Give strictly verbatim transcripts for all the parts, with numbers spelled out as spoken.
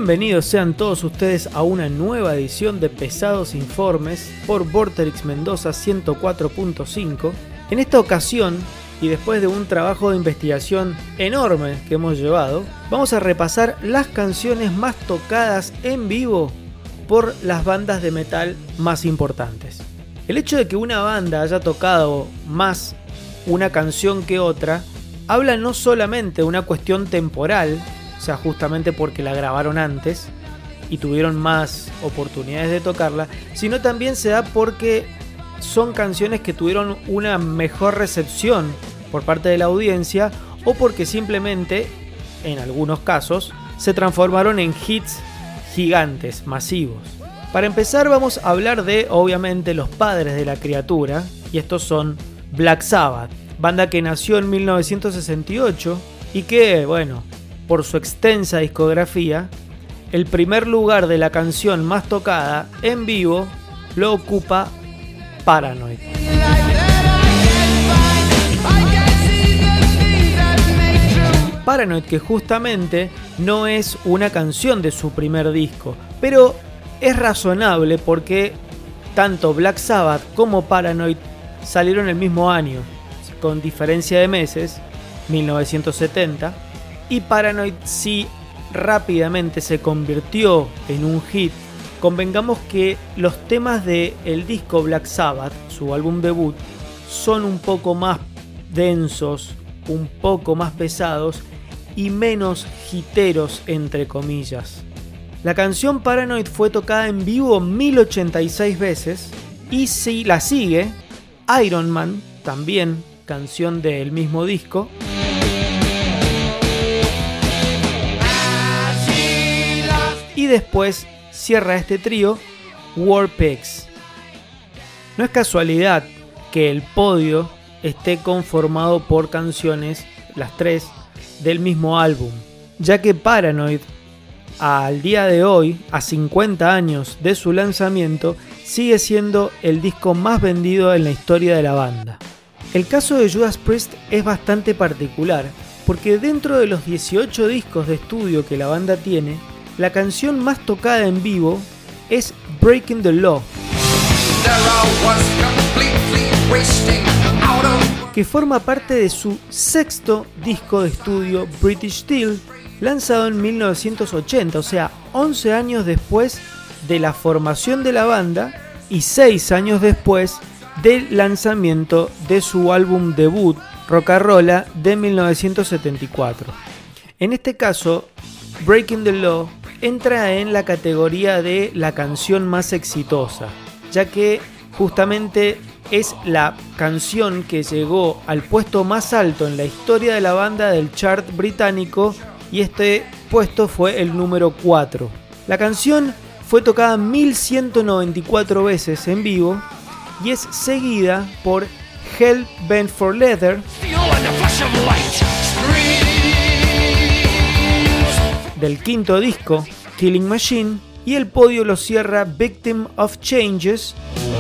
Bienvenidos sean todos ustedes a una nueva edición de Pesados Informes por Vorterix Mendoza ciento cuatro punto cinco. En esta ocasión, y después de un trabajo de investigación enorme que hemos llevado, vamos a repasar las canciones más tocadas en vivo por las bandas de metal más importantes. El hecho de que una banda haya tocado más una canción que otra habla no solamente de una cuestión temporal, o sea, justamente porque la grabaron antes y tuvieron más oportunidades de tocarla, sino también se da porque son canciones que tuvieron una mejor recepción por parte de la audiencia o porque simplemente, en algunos casos, se transformaron en hits gigantes, masivos. Para empezar vamos a hablar de, obviamente, los padres de la criatura, y estos son Black Sabbath, banda que nació en mil novecientos sesenta y ocho y que, bueno, por su extensa discografía, el primer lugar de la canción más tocada en vivo lo ocupa Paranoid. Paranoid, que justamente no es una canción de su primer disco, pero es razonable porque tanto Black Sabbath como Paranoid salieron el mismo año, con diferencia de meses, mil novecientos setenta, y Paranoid sí rápidamente se convirtió en un hit. Convengamos que los temas del disco Black Sabbath, su álbum debut, son un poco más densos, un poco más pesados y menos hiteros, entre comillas. La canción Paranoid fue tocada en vivo mil ochenta y seis veces y si la sigue Iron Man, también canción del mismo disco. Y después cierra este trío War Pigs. No es casualidad que el podio esté conformado por canciones, las tres, del mismo álbum, ya que Paranoid, al día de hoy, a cincuenta años de su lanzamiento, sigue siendo el disco más vendido en la historia de la banda. El caso de Judas Priest es bastante particular, porque dentro de los dieciocho discos de estudio que la banda tiene, la canción más tocada en vivo es Breaking the Law, que forma parte de su sexto disco de estudio British Steel, lanzado en mil novecientos ochenta, o sea, once años después de la formación de la banda y seis años después del lanzamiento de su álbum debut Rock'n'Rolla de mil novecientos setenta y cuatro. En este caso, Breaking the Law entra en la categoría de la canción más exitosa, ya que justamente es la canción que llegó al puesto más alto en la historia de la banda del chart británico, y este puesto fue el número cuatro. La canción fue tocada mil ciento noventa y cuatro veces en vivo y es seguida por Hell Bent for Leather del quinto disco Killing Machine, y el podio lo cierra Victim of Changes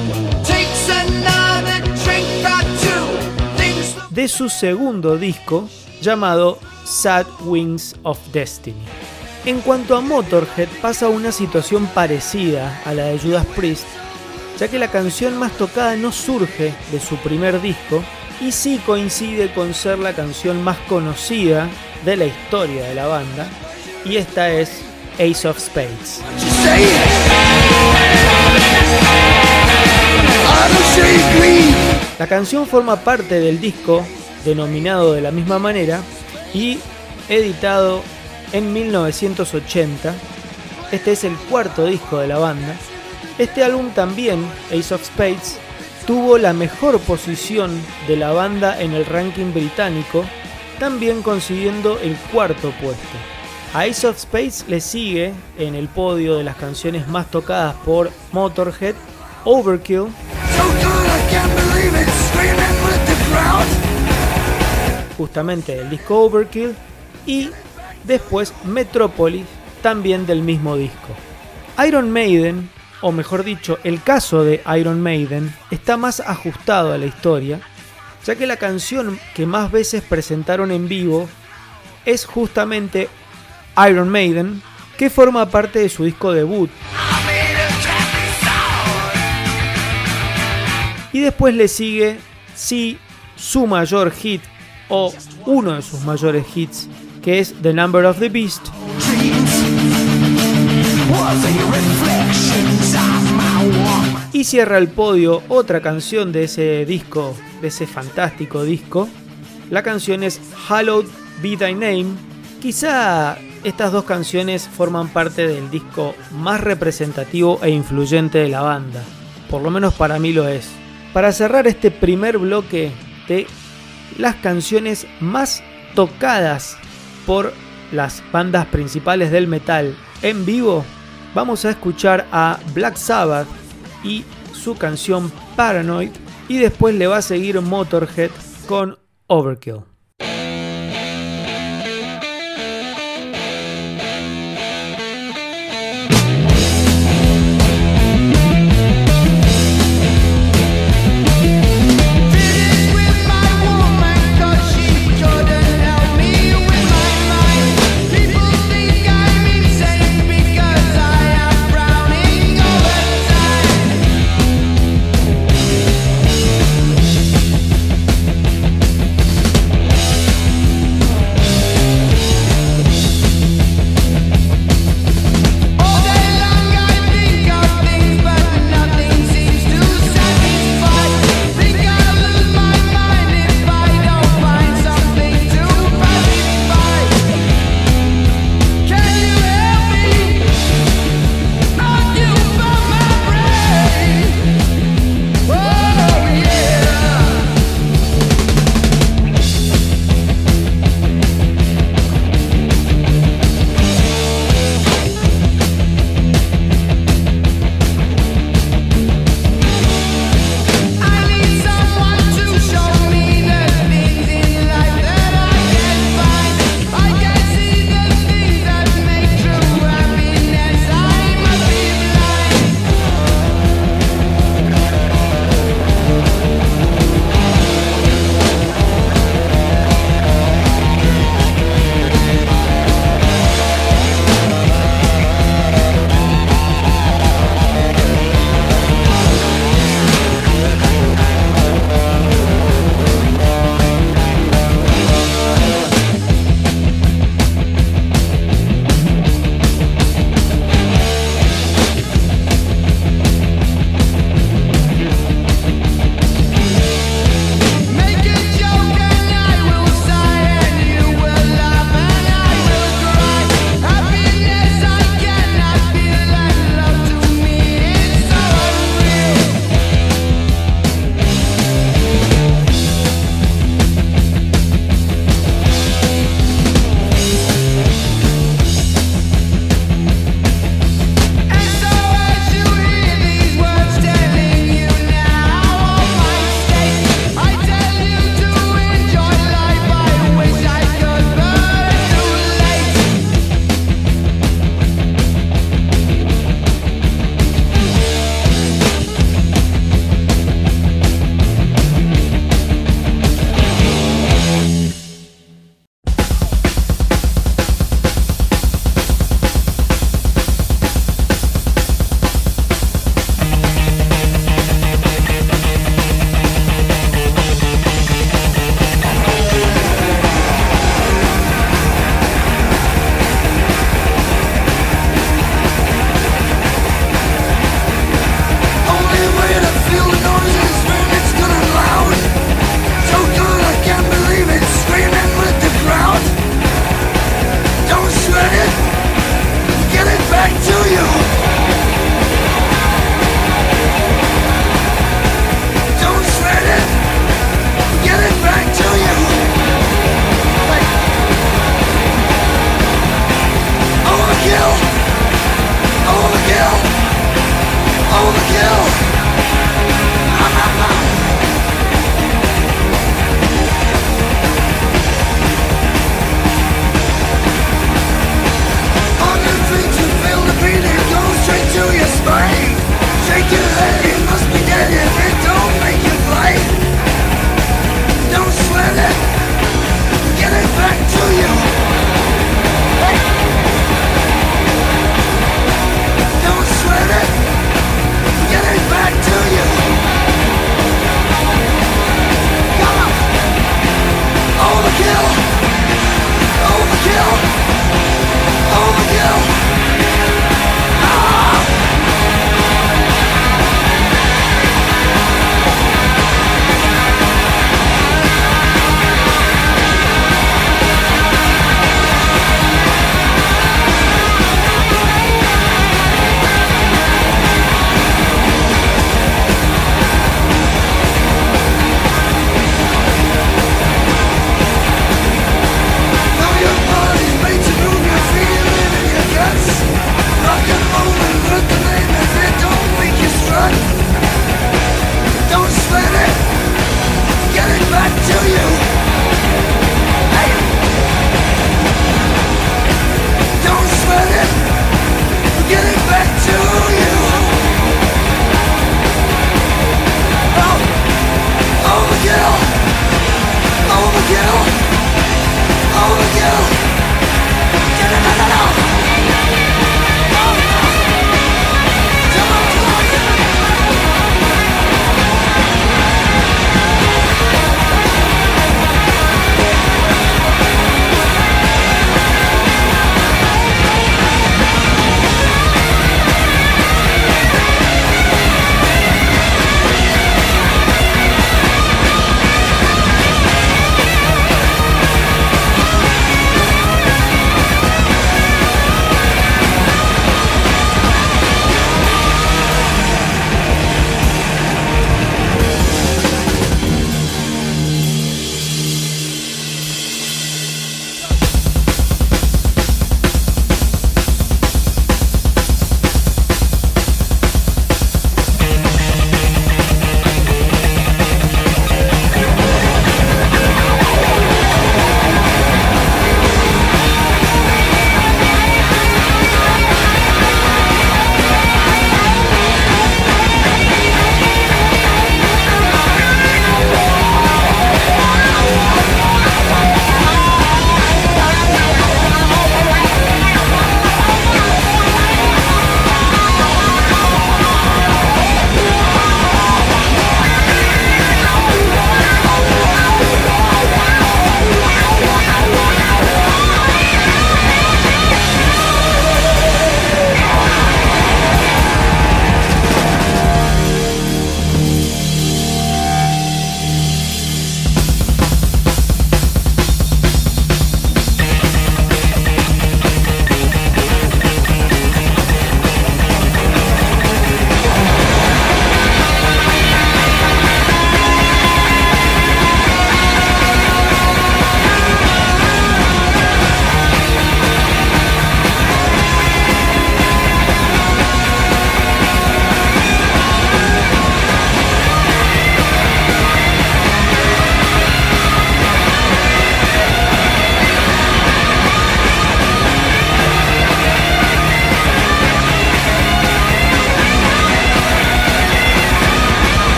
de su segundo disco llamado Sad Wings of Destiny. En cuanto a Motorhead, pasa una situación parecida a la de Judas Priest, ya que la canción más tocada no surge de su primer disco y sí coincide con ser la canción más conocida de la historia de la banda, y esta es Ace of Spades. La canción forma parte del disco denominado de la misma manera y editado en mil novecientos ochenta. Este es el cuarto disco de la banda. Este álbum también, Ace of Spades, tuvo la mejor posición de la banda en el ranking británico, también consiguiendo el cuarto puesto. A Ace of Spades le sigue en el podio de las canciones más tocadas por Motorhead Overkill, justamente del disco Overkill, y después Metropolis, también del mismo disco. Iron Maiden, o mejor dicho, el caso de Iron Maiden, está más ajustado a la historia, ya que la canción que más veces presentaron en vivo es justamente Iron Maiden, que forma parte de su disco debut. Y después le sigue, sí, su mayor hit, o uno de sus mayores hits, que es The Number of the Beast. Y cierra el podio otra canción de ese disco, de ese fantástico disco. La canción es Hallowed Be Thy Name. Quizá estas dos canciones forman parte del disco más representativo e influyente de la banda. Por lo menos para mí lo es. Para cerrar este primer bloque de las canciones más tocadas por las bandas principales del metal en vivo, vamos a escuchar a Black Sabbath y su canción Paranoid, y después le va a seguir Motorhead con Overkill. We'll be right back.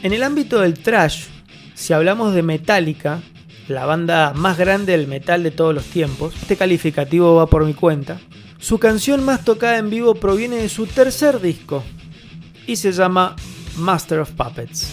En el ámbito del thrash, si hablamos de Metallica, la banda más grande del metal de todos los tiempos, este calificativo va por mi cuenta, su canción más tocada en vivo proviene de su tercer disco y se llama Master of Puppets.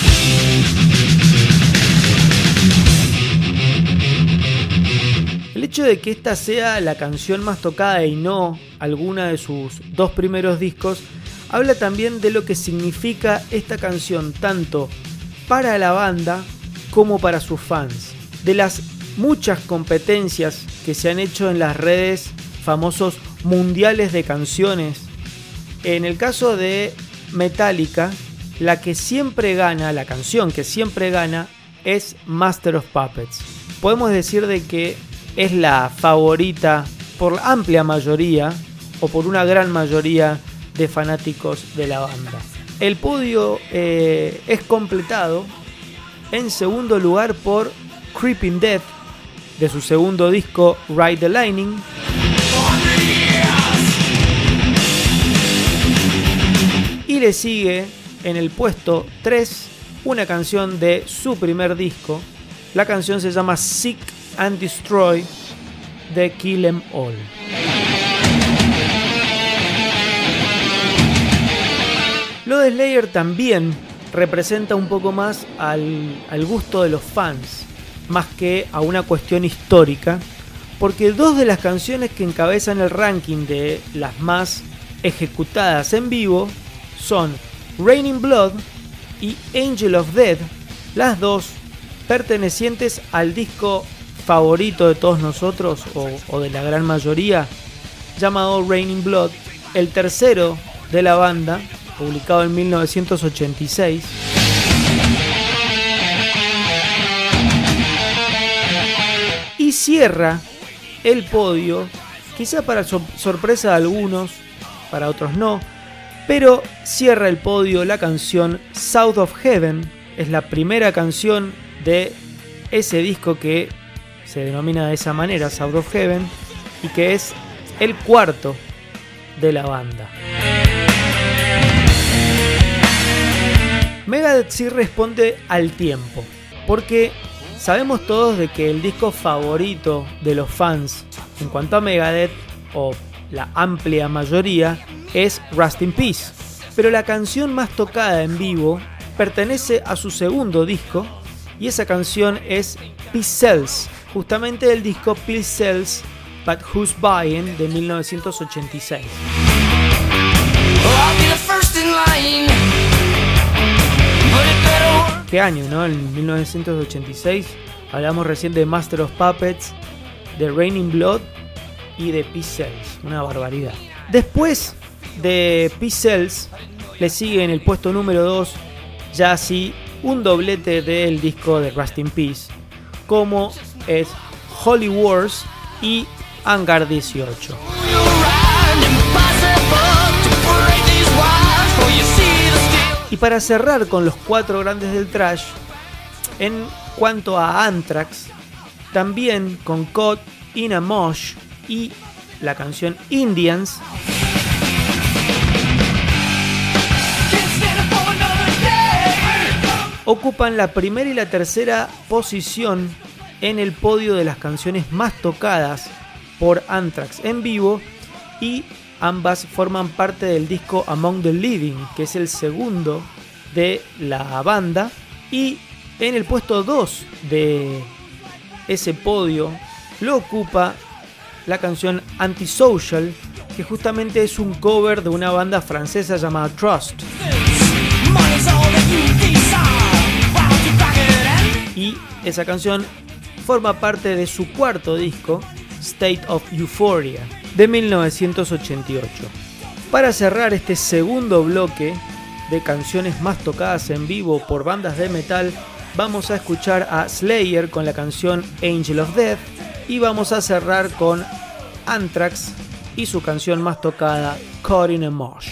El hecho de que esta sea la canción más tocada y no alguna de sus dos primeros discos habla también de lo que significa esta canción tanto para la banda como para sus fans. De las muchas competencias que se han hecho en las redes, famosos mundiales de canciones, en el caso de Metallica, la que siempre gana, la canción que siempre gana es Master of Puppets. Podemos decir de que es la favorita por la amplia mayoría o por una gran mayoría de fanáticos de la banda. El podio eh, es completado en segundo lugar por Creeping Death de su segundo disco Ride the Lightning. Y le sigue en el puesto tres una canción de su primer disco. La canción se llama Seek and Destroy de Kill 'Em All. Lo de Slayer también representa un poco más al, al gusto de los fans, más que a una cuestión histórica, porque dos de las canciones que encabezan el ranking de las más ejecutadas en vivo son Raining Blood y Angel of Death, las dos pertenecientes al disco favorito de todos nosotros, o, o de la gran mayoría, llamado Raining Blood, el tercero de la banda, publicado en mil novecientos ochenta y seis. Y cierra el podio, quizá para so- sorpresa de algunos, para otros no, pero cierra el podio la canción South of Heaven. Es la primera canción de ese disco que se denomina de esa manera, South of Heaven, y que es el cuarto de la banda. Megadeth sí responde al tiempo, porque sabemos todos de que el disco favorito de los fans en cuanto a Megadeth, o la amplia mayoría, es Rust in Peace, pero la canción más tocada en vivo pertenece a su segundo disco, y esa canción es Peace Sells, justamente del disco Peace Sells But Who's Buying de mil novecientos ochenta y seis. ¿Qué año, no? En mil novecientos ochenta y seis hablamos recién de Master of Puppets, de Raining Blood y de Peace Sells, una barbaridad. Después de Peace Sells le sigue en el puesto número dos, ya así un doblete del disco de Rust in Peace, como es Holy Wars y Hangar dieciocho. Y para cerrar con los cuatro grandes del thrash, en cuanto a Anthrax, también con Caught in a Mosh y la canción Indians, ocupan la primera y la tercera posición en el podio de las canciones más tocadas por Anthrax en vivo, y ambas forman parte del disco Among the Living, que es el segundo de la banda. Y en el puesto dos de ese podio lo ocupa la canción Antisocial, que justamente es un cover de una banda francesa llamada Trust. Y esa canción forma parte de su cuarto disco, State of Euphoria, de mil novecientos ochenta y ocho. Para cerrar este segundo bloque de canciones más tocadas en vivo por bandas de metal, vamos a escuchar a Slayer con la canción Angel of Death, y vamos a cerrar con Anthrax y su canción más tocada, Caught in a Mosh.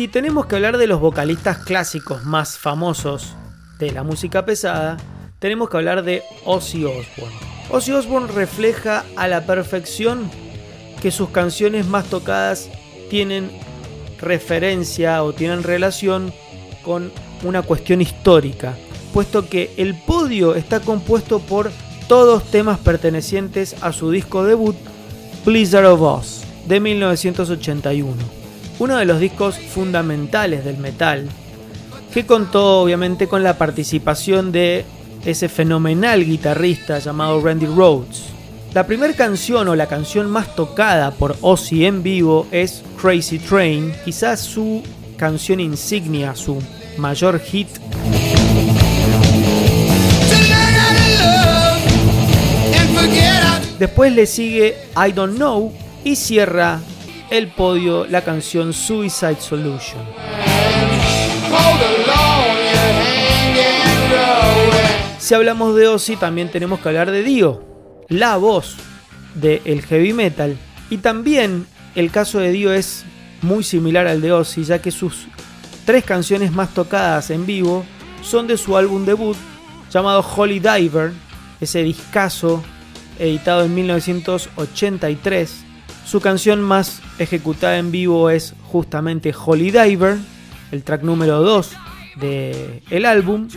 si tenemos que hablar de los vocalistas clásicos más famosos de la música pesada, tenemos que hablar de Ozzy Osbourne. Ozzy Osbourne refleja a la perfección que sus canciones más tocadas tienen referencia o tienen relación con una cuestión histórica, puesto que el podio está compuesto por todos temas pertenecientes a su disco debut Blizzard of Ozz de mil novecientos ochenta y uno, uno de los discos fundamentales del metal, que contó obviamente con la participación de ese fenomenal guitarrista llamado Randy Rhoads. La primera canción o la canción más tocada por Ozzy en vivo es Crazy Train, quizás su canción insignia, su mayor hit. Después le sigue I Don't Know y cierra el podio la canción Suicide Solution. Si hablamos de Ozzy, también tenemos que hablar de Dio, la voz del heavy metal. Y también el caso de Dio es muy similar al de Ozzy, ya que sus tres canciones más tocadas en vivo son de su álbum debut llamado Holy Diver, ese discazo editado en mil novecientos ochenta y tres. Su canción más ejecutada en vivo es justamente Holy Diver, el track número dos del álbum.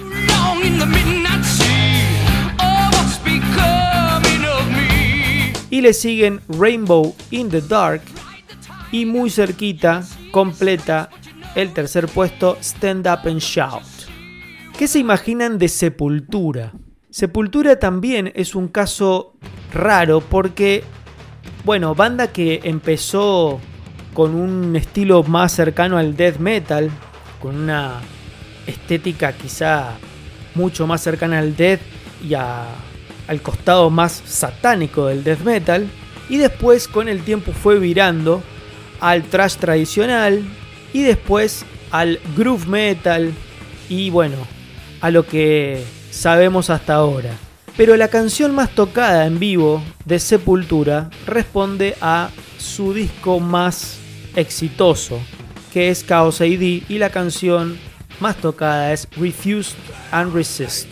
Y le siguen Rainbow in the Dark y muy cerquita completa el tercer puesto Stand Up and Shout. ¿Qué se imaginan de Sepultura? Sepultura también es un caso raro porque, bueno, banda que empezó con un estilo más cercano al death metal, con una estética quizá mucho más cercana al death y a, al costado más satánico del death metal, y después con el tiempo fue virando al thrash tradicional y después al groove metal y bueno, a lo que sabemos hasta ahora. Pero la canción más tocada en vivo de Sepultura responde a su disco más exitoso, que es Chaos A D, y la canción más tocada es Refused and Resist.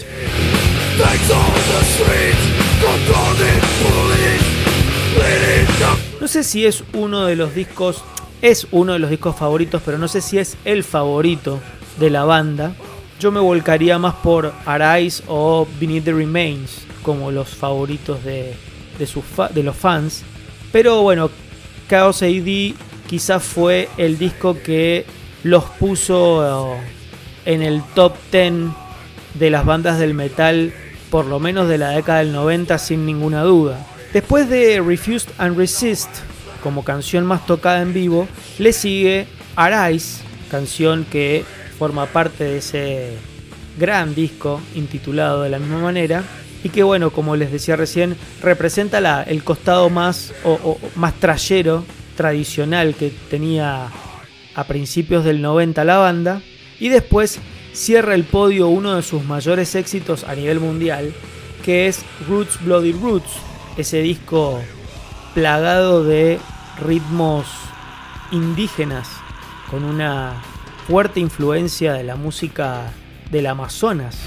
No sé si es uno de los discos, es uno de los discos favoritos, pero no sé si es el favorito de la banda. Yo me volcaría más por Arise o Beneath the Remains como los favoritos de, de, sus fa- de los fans. Pero bueno, Chaos A D quizás fue el disco que los puso en el top diez de las bandas del metal, por lo menos de la década del noventa, sin ninguna duda. Después de Refused and Resist, como canción más tocada en vivo, le sigue Arise, canción que forma parte de ese gran disco intitulado de la misma manera y que, bueno, como les decía recién, representa la, el costado más, o, o, más trayero, tradicional que tenía a principios del noventa la banda. Y después cierra el podio uno de sus mayores éxitos a nivel mundial, que es Roots Bloody Roots, ese disco plagado de ritmos indígenas con una fuerte influencia de la música del Amazonas.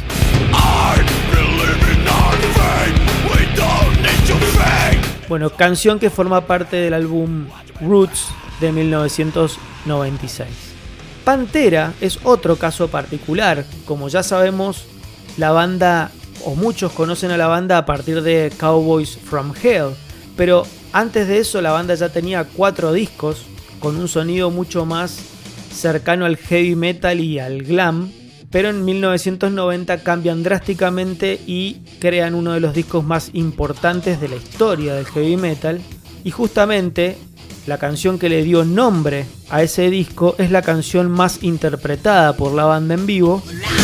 Bueno, canción que forma parte del álbum Roots de mil novecientos noventa y seis. Pantera es otro caso particular. Como ya sabemos, la banda, o muchos conocen a la banda a partir de Cowboys from Hell, pero antes de eso la banda ya tenía cuatro discos con un sonido mucho más cercano al heavy metal y al glam, pero en mil novecientos noventa cambian drásticamente y crean uno de los discos más importantes de la historia del heavy metal, y justamente la canción que le dio nombre a ese disco es la canción más interpretada por la banda en vivo,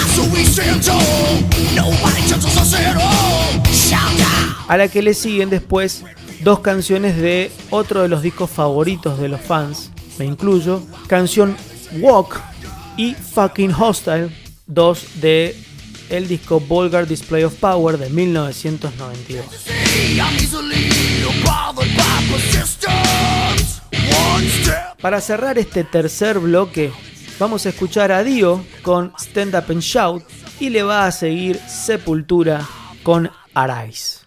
a la que le siguen después dos canciones de otro de los discos favoritos de los fans, me incluyo, canción Walk y Fucking Hostile, dos de el disco Vulgar Display of Power de mil novecientos noventa y dos. Para cerrar este tercer bloque Vamos a escuchar a Dio con Stand Up and Shout y le va a seguir Sepultura con Arise.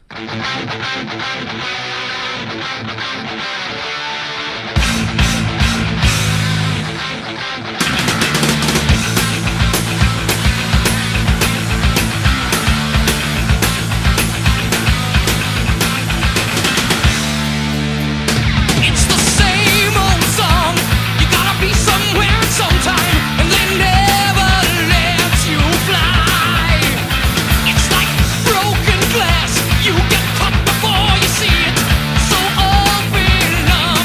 You get caught before you see it. So open up.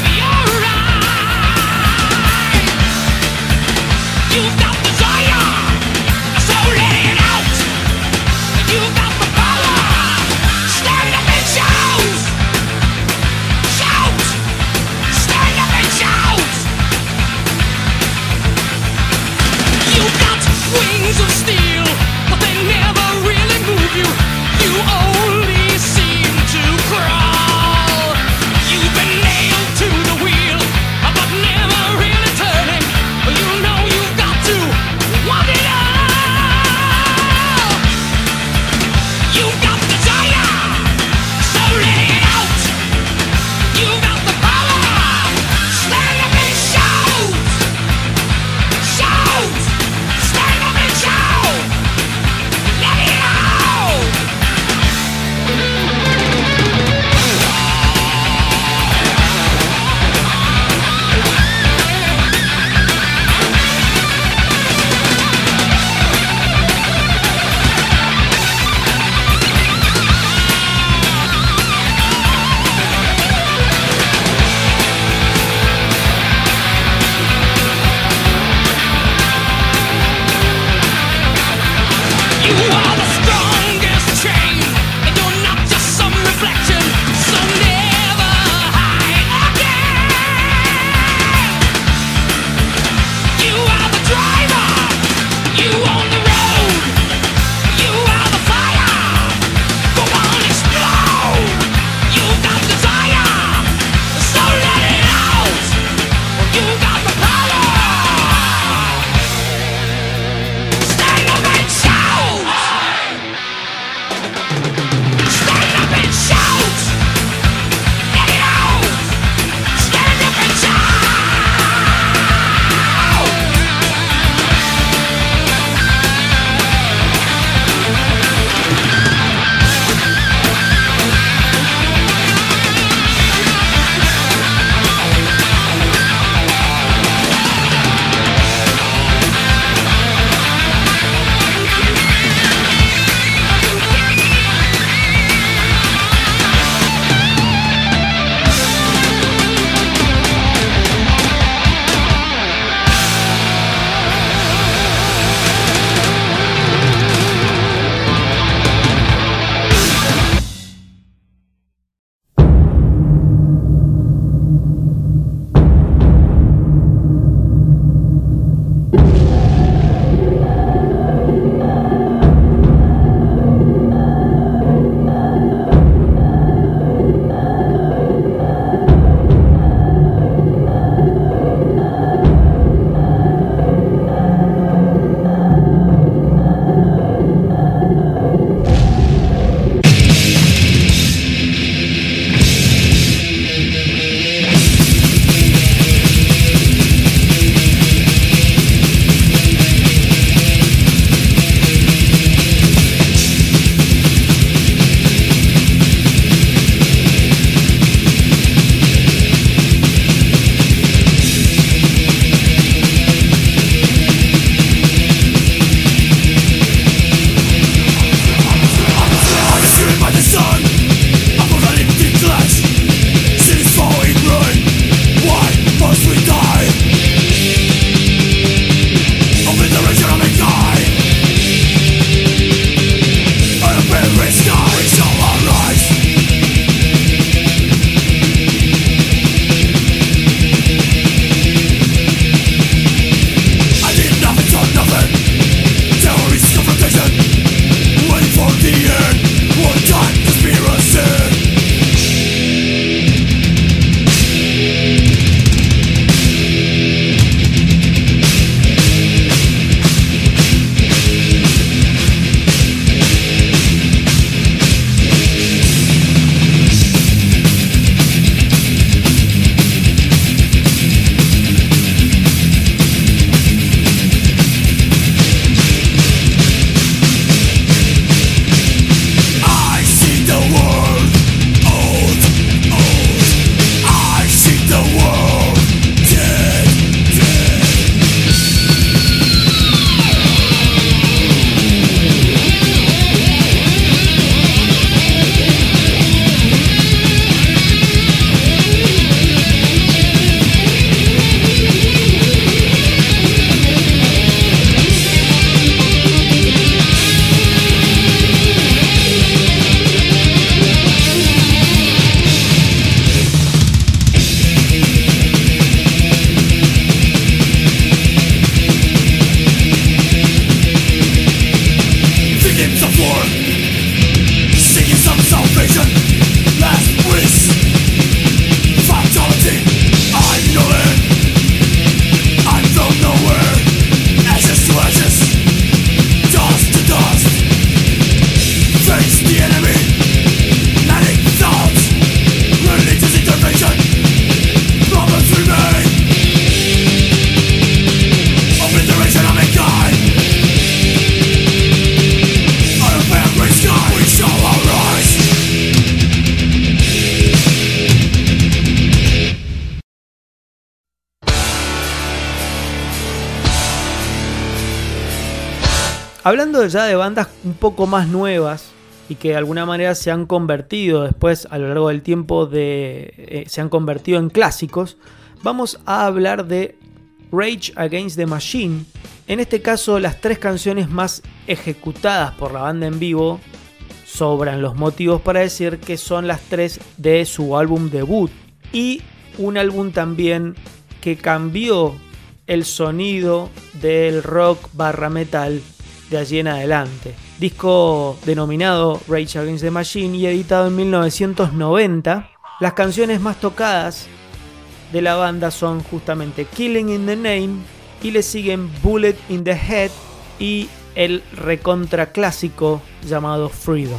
Hablando ya de bandas un poco más nuevas y que de alguna manera se han convertido después a lo largo del tiempo de, eh, se han convertido en clásicos, vamos a hablar de Rage Against the Machine. En este caso, las tres canciones más ejecutadas por la banda en vivo, sobran los motivos para decir que son las tres de su álbum debut, y un álbum también que cambió el sonido del rock barra metal de allí en adelante. Disco denominado Rage Against the Machine y editado en mil novecientos noventa. Las canciones más tocadas de la banda son justamente Killing in the Name, y le siguen Bullet in the Head y el recontra clásico llamado Freedom.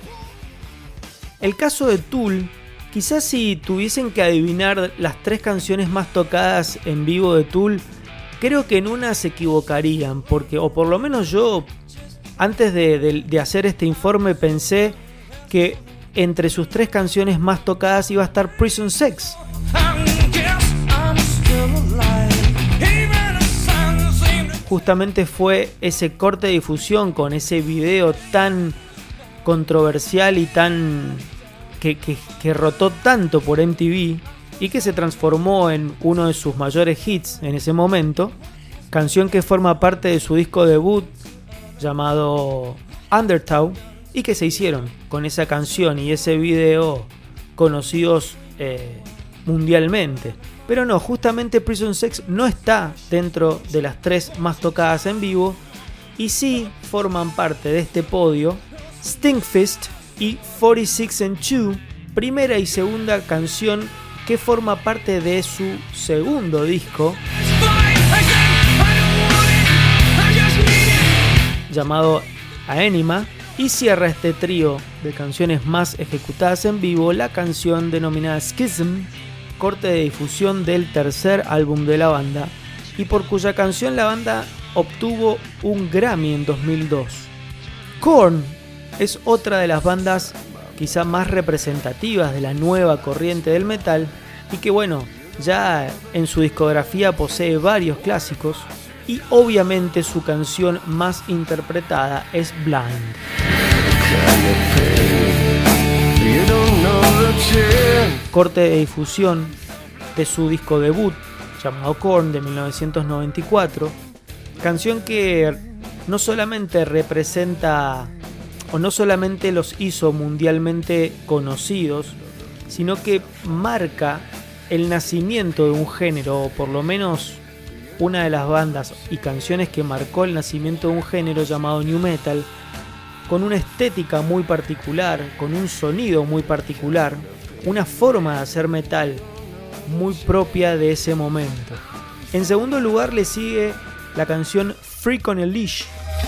El caso de Tool, quizás si tuviesen que adivinar las tres canciones más tocadas en vivo de Tool, creo que en una se equivocarían, porque, o por lo menos yo, antes de, de, de hacer este informe, pensé que entre sus tres canciones más tocadas iba a estar Prison Sex. Justamente fue ese corte de difusión con ese video tan controversial y tan que, que, que rotó tanto por M T V y que se transformó en uno de sus mayores hits en ese momento, canción que forma parte de su disco debut llamado Undertow, y que se hicieron con esa canción y ese video conocidos eh, mundialmente. Pero no, justamente Prison Sex no está dentro de las tres más tocadas en vivo, y sí forman parte de este podio Stinkfist y cuarenta y seis and two, primera y segunda canción que forma parte de su segundo disco llamado Aenima, y cierra este trío de canciones más ejecutadas en vivo la canción denominada Schism, corte de difusión del tercer álbum de la banda, y por cuya canción la banda obtuvo un Grammy en dos mil dos. Korn es otra de las bandas quizá más representativas de la nueva corriente del metal, y que bueno, ya en su discografía posee varios clásicos, y obviamente su canción más interpretada es Blind. Corte de difusión de su disco debut llamado Korn de mil novecientos noventa y cuatro, canción que no solamente representa o no solamente los hizo mundialmente conocidos, sino que marca el nacimiento de un género, o por lo menos una de las bandas y canciones que marcó el nacimiento de un género llamado New Metal, con una estética muy particular, con un sonido muy particular, una forma de hacer metal muy propia de ese momento. En segundo lugar le sigue la canción Freak on a Leash,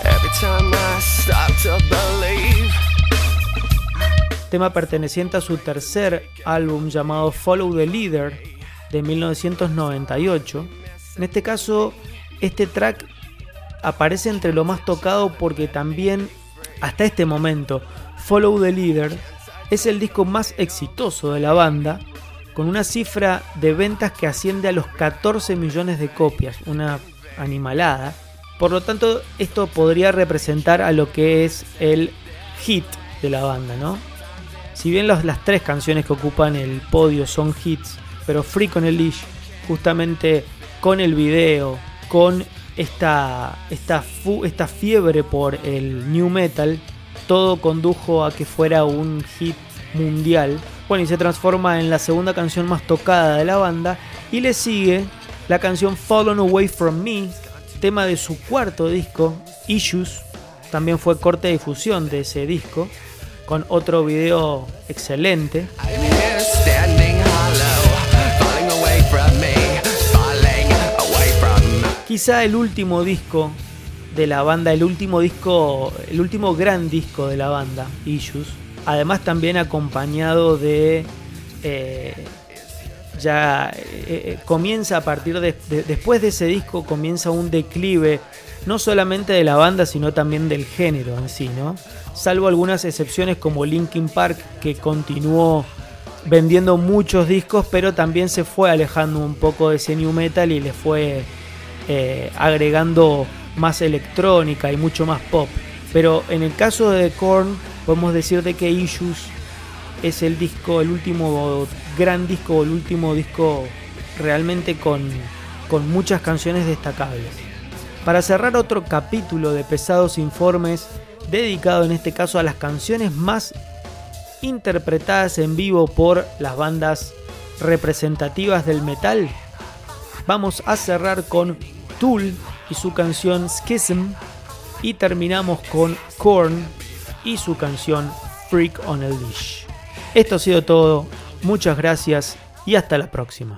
tema perteneciente a su tercer álbum llamado Follow the Leader de mil novecientos noventa y ocho. En este caso, este track aparece entre lo más tocado porque también, hasta este momento, Follow the Leader es el disco más exitoso de la banda, con una cifra de ventas que asciende a los catorce millones de copias, una animalada. Por lo tanto, esto podría representar a lo que es el hit de la banda, ¿no? Si bien los, las tres canciones que ocupan el podio son hits, pero Freak on a Leash, justamente con el video, con esta, esta, fu, esta fiebre por el new metal, todo condujo a que fuera un hit mundial. Bueno, y se transforma en la segunda canción más tocada de la banda, y le sigue la canción Fallen Away From Me, tema de su cuarto disco, Issues. También fue corte de difusión de ese disco, con otro video excelente. Quizá el último disco de la banda, el último disco, el último gran disco de la banda, Issues. Además también acompañado de eh, ya eh, comienza a partir de, de después de ese disco comienza un declive no solamente de la banda sino también del género en sí, ¿no? Salvo algunas excepciones como Linkin Park, que continuó vendiendo muchos discos, pero también se fue alejando un poco de ese new metal y le fue eh, agregando más electrónica y mucho más pop. Pero en el caso de Korn podemos decir de que Issues es el disco, el último gran disco, el último disco realmente con, con muchas canciones destacables. Para cerrar otro capítulo de Pesados Informes, dedicado en este caso a las canciones más interpretadas en vivo por las bandas representativas del metal, vamos a cerrar con Tool y su canción Schism, y terminamos con Korn y su canción Freak on a Leash. Esto ha sido todo, muchas gracias y hasta la próxima.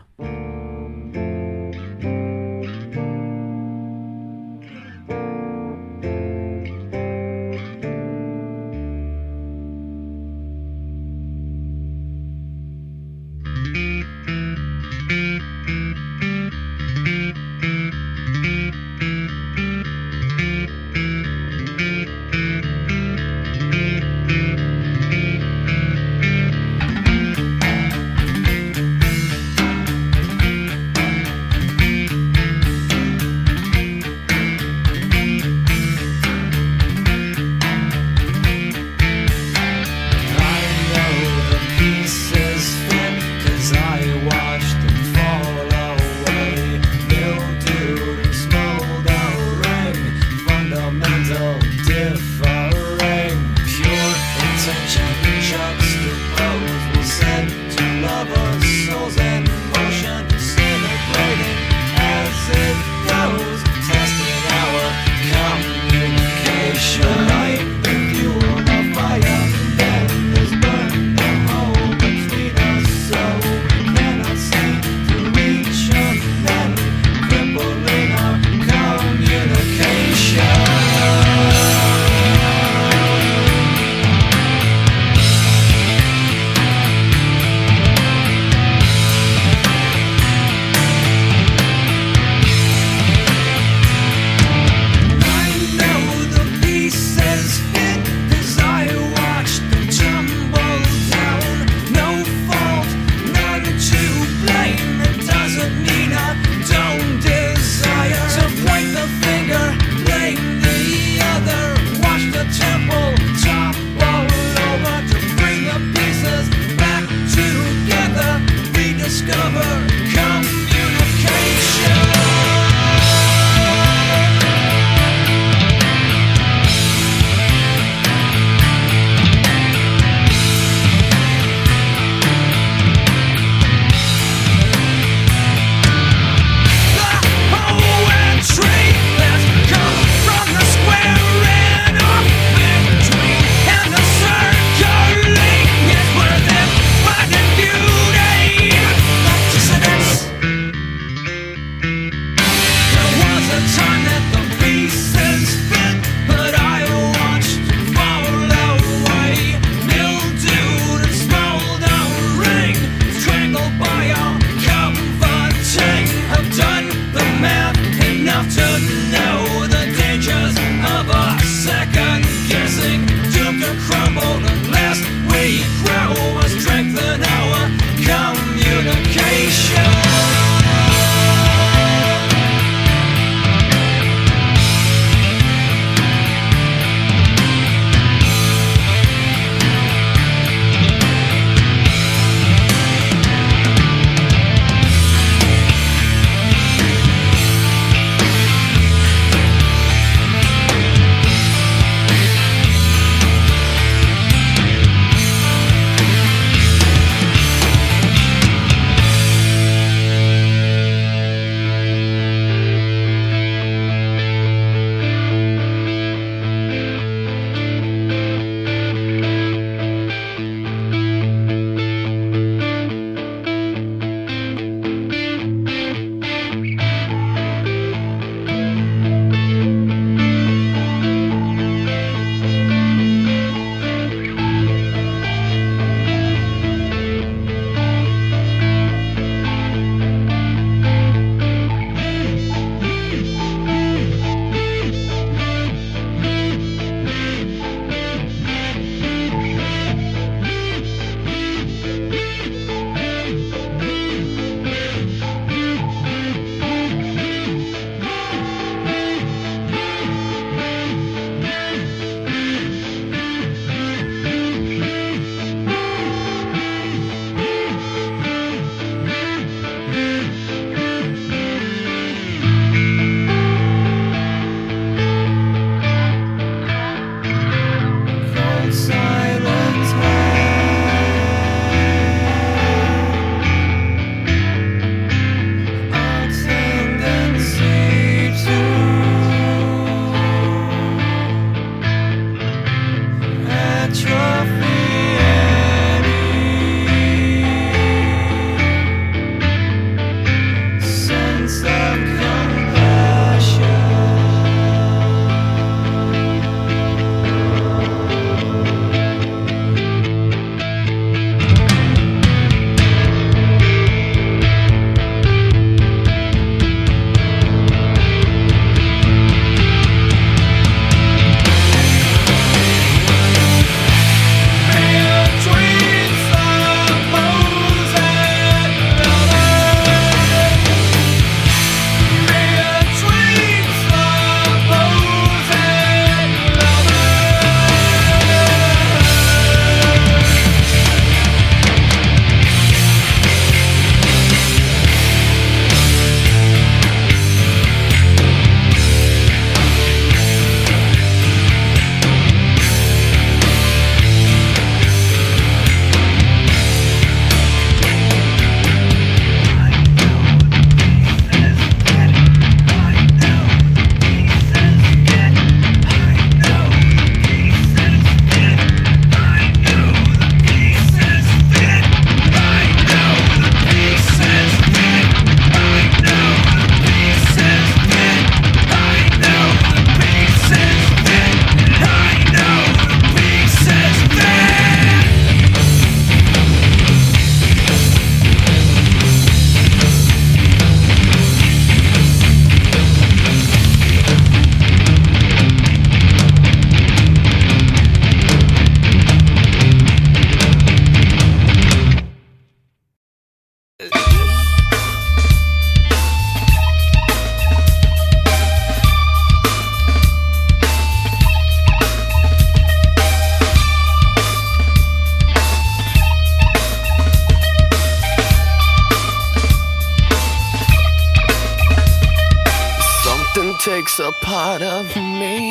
takes a part of me,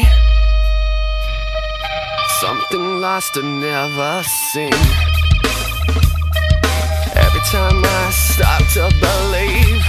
something lost and never seen. Every time I stop to believe,